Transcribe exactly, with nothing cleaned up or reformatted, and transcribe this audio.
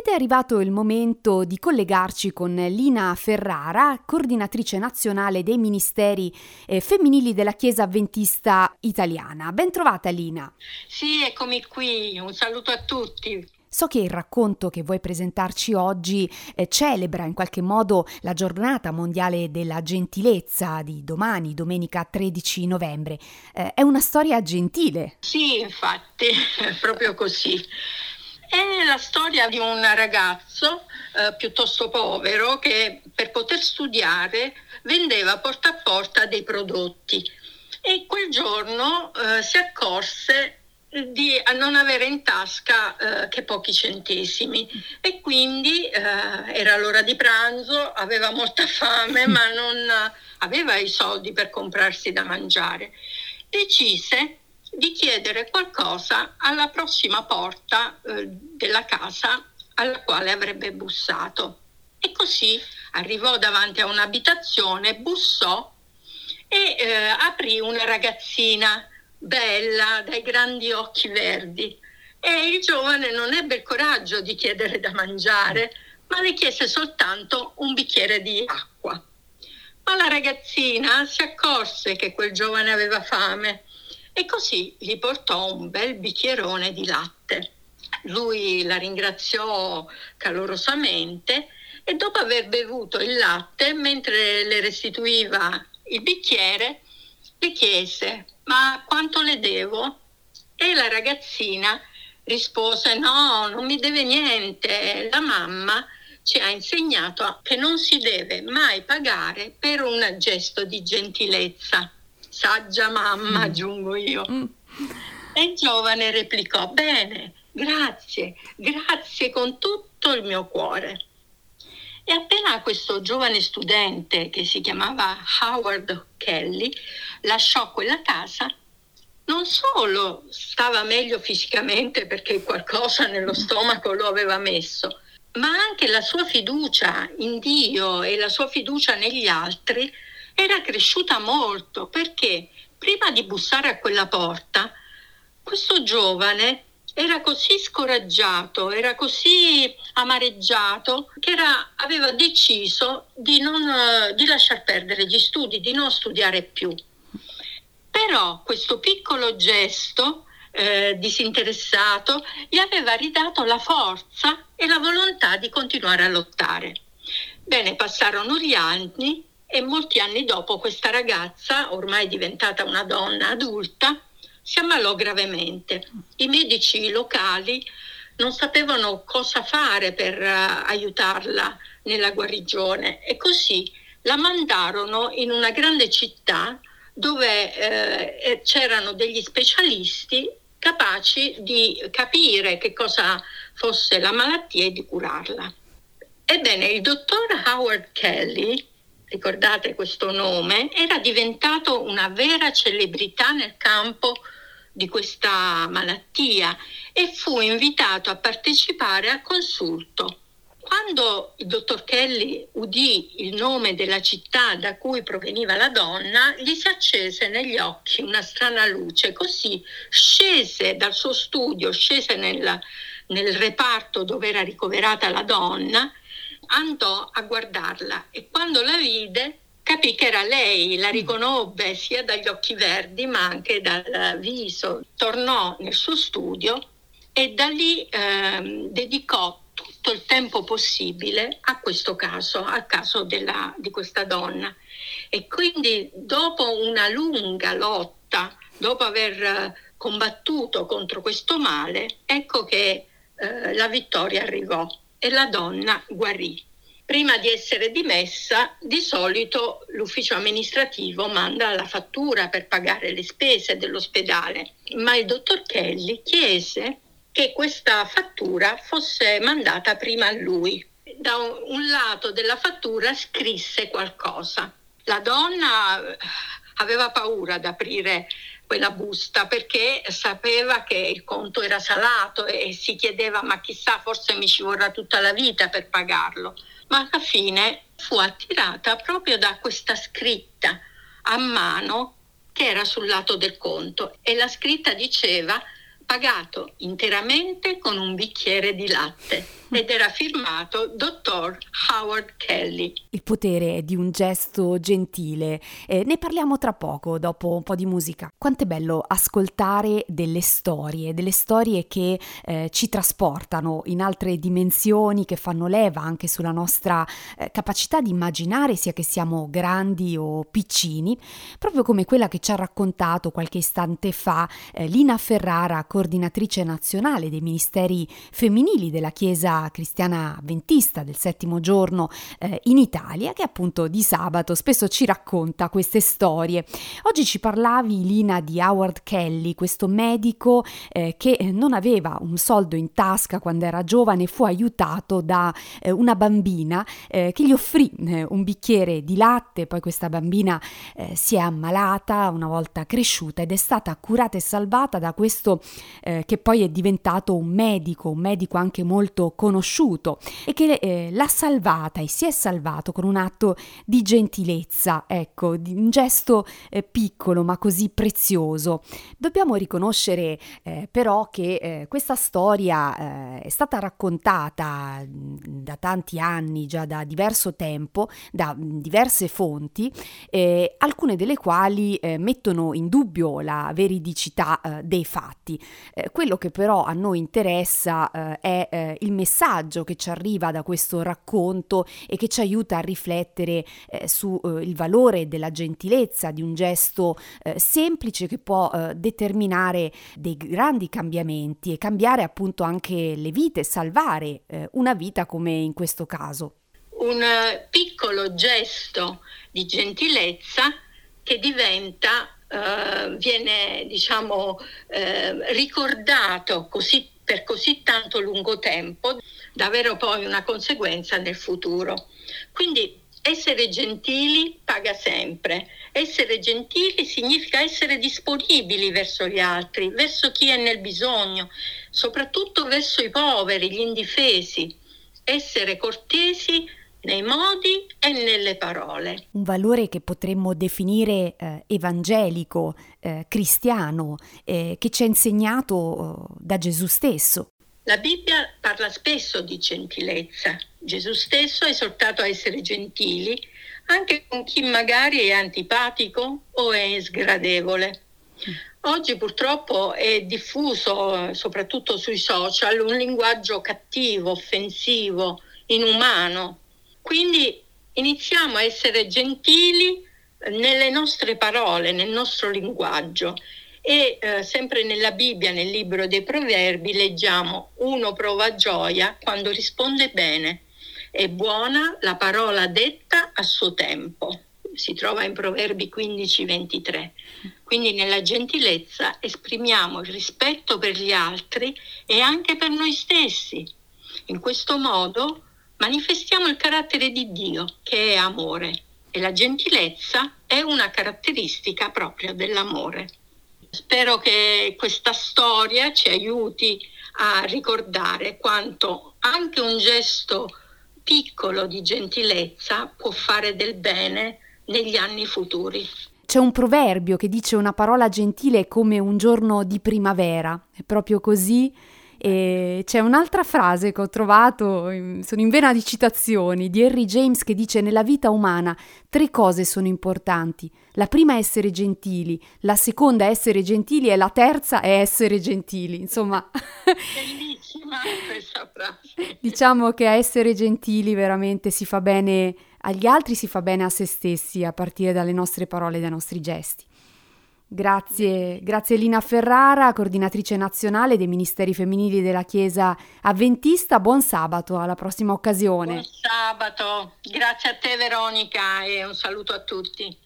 Ed è arrivato il momento di collegarci con Lina Ferrara, coordinatrice nazionale dei ministeri eh, femminili della Chiesa Avventista Italiana. Ben trovata, Lina. Sì, eccomi qui, un saluto a tutti. So che il racconto che vuoi presentarci oggi eh, celebra in qualche modo la giornata mondiale della gentilezza di domani, domenica tredici novembre. Eh, è una storia gentile. Sì, infatti, è proprio così. È la storia di un ragazzo eh, piuttosto povero che per poter studiare vendeva porta a porta dei prodotti e quel giorno eh, si accorse di non avere in tasca eh, che pochi centesimi e quindi eh, era l'ora di pranzo, aveva molta fame ma non aveva i soldi per comprarsi da mangiare. Decise di chiedere qualcosa alla prossima porta eh, della casa alla quale avrebbe bussato e così arrivò davanti a un'abitazione, bussò e eh, aprì una ragazzina bella, dai grandi occhi verdi, e il giovane non ebbe il coraggio di chiedere da mangiare, ma le chiese soltanto un bicchiere di acqua. Ma la ragazzina si accorse che quel giovane aveva fame e così gli portò un bel bicchierone di latte. Lui la ringraziò calorosamente e dopo aver bevuto il latte, mentre le restituiva il bicchiere, le chiese: ma quanto le devo? E la ragazzina rispose: no, non mi deve niente, la mamma ci ha insegnato che non si deve mai pagare per un gesto di gentilezza. Saggia mamma, mm. aggiungo io. Mm. E il giovane replicò: bene, grazie, grazie con tutto il mio cuore. E appena questo giovane studente, che si chiamava Howard Kelly, lasciò quella casa, non solo stava meglio fisicamente perché qualcosa nello stomaco lo aveva messo, ma anche la sua fiducia in Dio e la sua fiducia negli altri era cresciuta molto, perché prima di bussare a quella porta, questo giovane era così scoraggiato, era così amareggiato che era, aveva deciso di non di lasciar perdere gli studi, di non studiare più. Però questo piccolo gesto eh, disinteressato gli aveva ridato la forza e la volontà di continuare a lottare. Bene, passarono gli anni e molti anni dopo questa ragazza, ormai diventata una donna adulta, si ammalò gravemente. I medici locali non sapevano cosa fare per uh, aiutarla nella guarigione e così la mandarono in una grande città dove eh, c'erano degli specialisti capaci di capire che cosa fosse la malattia e di curarla. Ebbene, il dottor Howard Kelly, ricordate questo nome, era diventato una vera celebrità nel campo di questa malattia e fu invitato a partecipare al consulto. Quando il dottor Kelly udì il nome della città da cui proveniva la donna, gli si accese negli occhi una strana luce, così scese dal suo studio, scese nel, nel reparto dove era ricoverata la donna, andò a guardarla e quando la vide capì che era lei, la riconobbe sia dagli occhi verdi ma anche dal viso. Tornò nel suo studio e da lì eh, dedicò tutto il tempo possibile a questo caso, al caso della, di questa donna. E quindi dopo una lunga lotta, dopo aver combattuto contro questo male, ecco che eh, la vittoria arrivò e la donna guarì. Prima di essere dimessa, di solito l'ufficio amministrativo manda la fattura per pagare le spese dell'ospedale, ma il dottor Kelly chiese che questa fattura fosse mandata prima a lui. Da un lato della fattura scrisse qualcosa. La donna aveva paura ad aprire quella busta perché sapeva che il conto era salato e si chiedeva: ma chissà, forse mi ci vorrà tutta la vita per pagarlo. Ma alla fine fu attirata proprio da questa scritta a mano che era sul lato del conto e la scritta diceva: pagato interamente con un bicchiere di latte. ed era firmato dottor Howard Kelly. Il potere di un gesto gentile. Eh, ne parliamo tra poco, dopo un po' di musica. Quanto è bello ascoltare delle storie, delle storie che eh, ci trasportano in altre dimensioni, che fanno leva anche sulla nostra eh, capacità di immaginare, sia che siamo grandi o piccini, proprio come quella che ci ha raccontato qualche istante fa eh, Lina Ferrara, coordinatrice nazionale dei ministeri femminili della Chiesa Cristiana Adventista del Settimo Giorno eh, in Italia, che appunto di sabato spesso ci racconta queste storie. Oggi ci parlavi, Lina, di Howard Kelly, questo medico eh, che non aveva un soldo in tasca quando era giovane, fu aiutato da eh, una bambina eh, che gli offrì eh, un bicchiere di latte. Poi questa bambina eh, si è ammalata una volta cresciuta ed è stata curata e salvata da questo eh, che poi è diventato un medico, un medico anche molto conosciuto, e che eh, l'ha salvata e si è salvato con un atto di gentilezza, ecco, di un gesto eh, piccolo ma così prezioso. Dobbiamo riconoscere eh, però che eh, questa storia eh, è stata raccontata da tanti anni, già da diverso tempo, da diverse fonti, eh, alcune delle quali eh, mettono in dubbio la veridicità eh, dei fatti. Eh, quello che però a noi interessa eh, è eh, il messaggio che ci arriva da questo racconto e che ci aiuta a riflettere eh, su eh, il valore della gentilezza, di un gesto eh, semplice che può eh, determinare dei grandi cambiamenti e cambiare appunto anche le vite, salvare eh, una vita come in questo caso. Un piccolo gesto di gentilezza che diventa, eh, viene diciamo eh, ricordato così per così tanto lungo tempo, da avere poi una conseguenza nel futuro. Quindi essere gentili paga sempre. Essere gentili significa essere disponibili verso gli altri, verso chi è nel bisogno, soprattutto verso i poveri, gli indifesi. Essere cortesi nei modi e nelle parole. Un valore che potremmo definire eh, evangelico, eh, cristiano, eh, che ci è insegnato eh, da Gesù stesso. La Bibbia parla spesso di gentilezza. Gesù stesso ha esortato a essere gentili anche con chi magari è antipatico o è sgradevole. Oggi purtroppo è diffuso, soprattutto sui social, un linguaggio cattivo, offensivo, inumano. Quindi iniziamo a essere gentili nelle nostre parole, nel nostro linguaggio. E eh, sempre nella Bibbia, nel libro dei Proverbi, leggiamo: uno prova gioia quando risponde bene, è buona la parola detta a suo tempo. Si trova in Proverbi quindici ventitré. Quindi nella gentilezza esprimiamo il rispetto per gli altri e anche per noi stessi. In questo modo manifestiamo il carattere di Dio, che è amore, e la gentilezza è una caratteristica proprio dell'amore. Spero che questa storia ci aiuti a ricordare quanto anche un gesto piccolo di gentilezza può fare del bene negli anni futuri. C'è un proverbio che dice: una parola gentile è come un giorno di primavera. È proprio così. E c'è un'altra frase che ho trovato, sono in vena di citazioni, di Henry James, che dice: nella vita umana tre cose sono importanti. La prima è essere gentili, la seconda è essere gentili e la terza è essere gentili. Insomma, bellissima questa frase. Diciamo che a essere gentili veramente si fa bene agli altri, si fa bene a se stessi, a partire dalle nostre parole e dai nostri gesti. Grazie, grazie Lina Ferrara, coordinatrice nazionale dei Ministeri Femminili della Chiesa Adventista. Buon sabato, alla prossima occasione. Buon sabato, grazie a te Veronica e un saluto a tutti.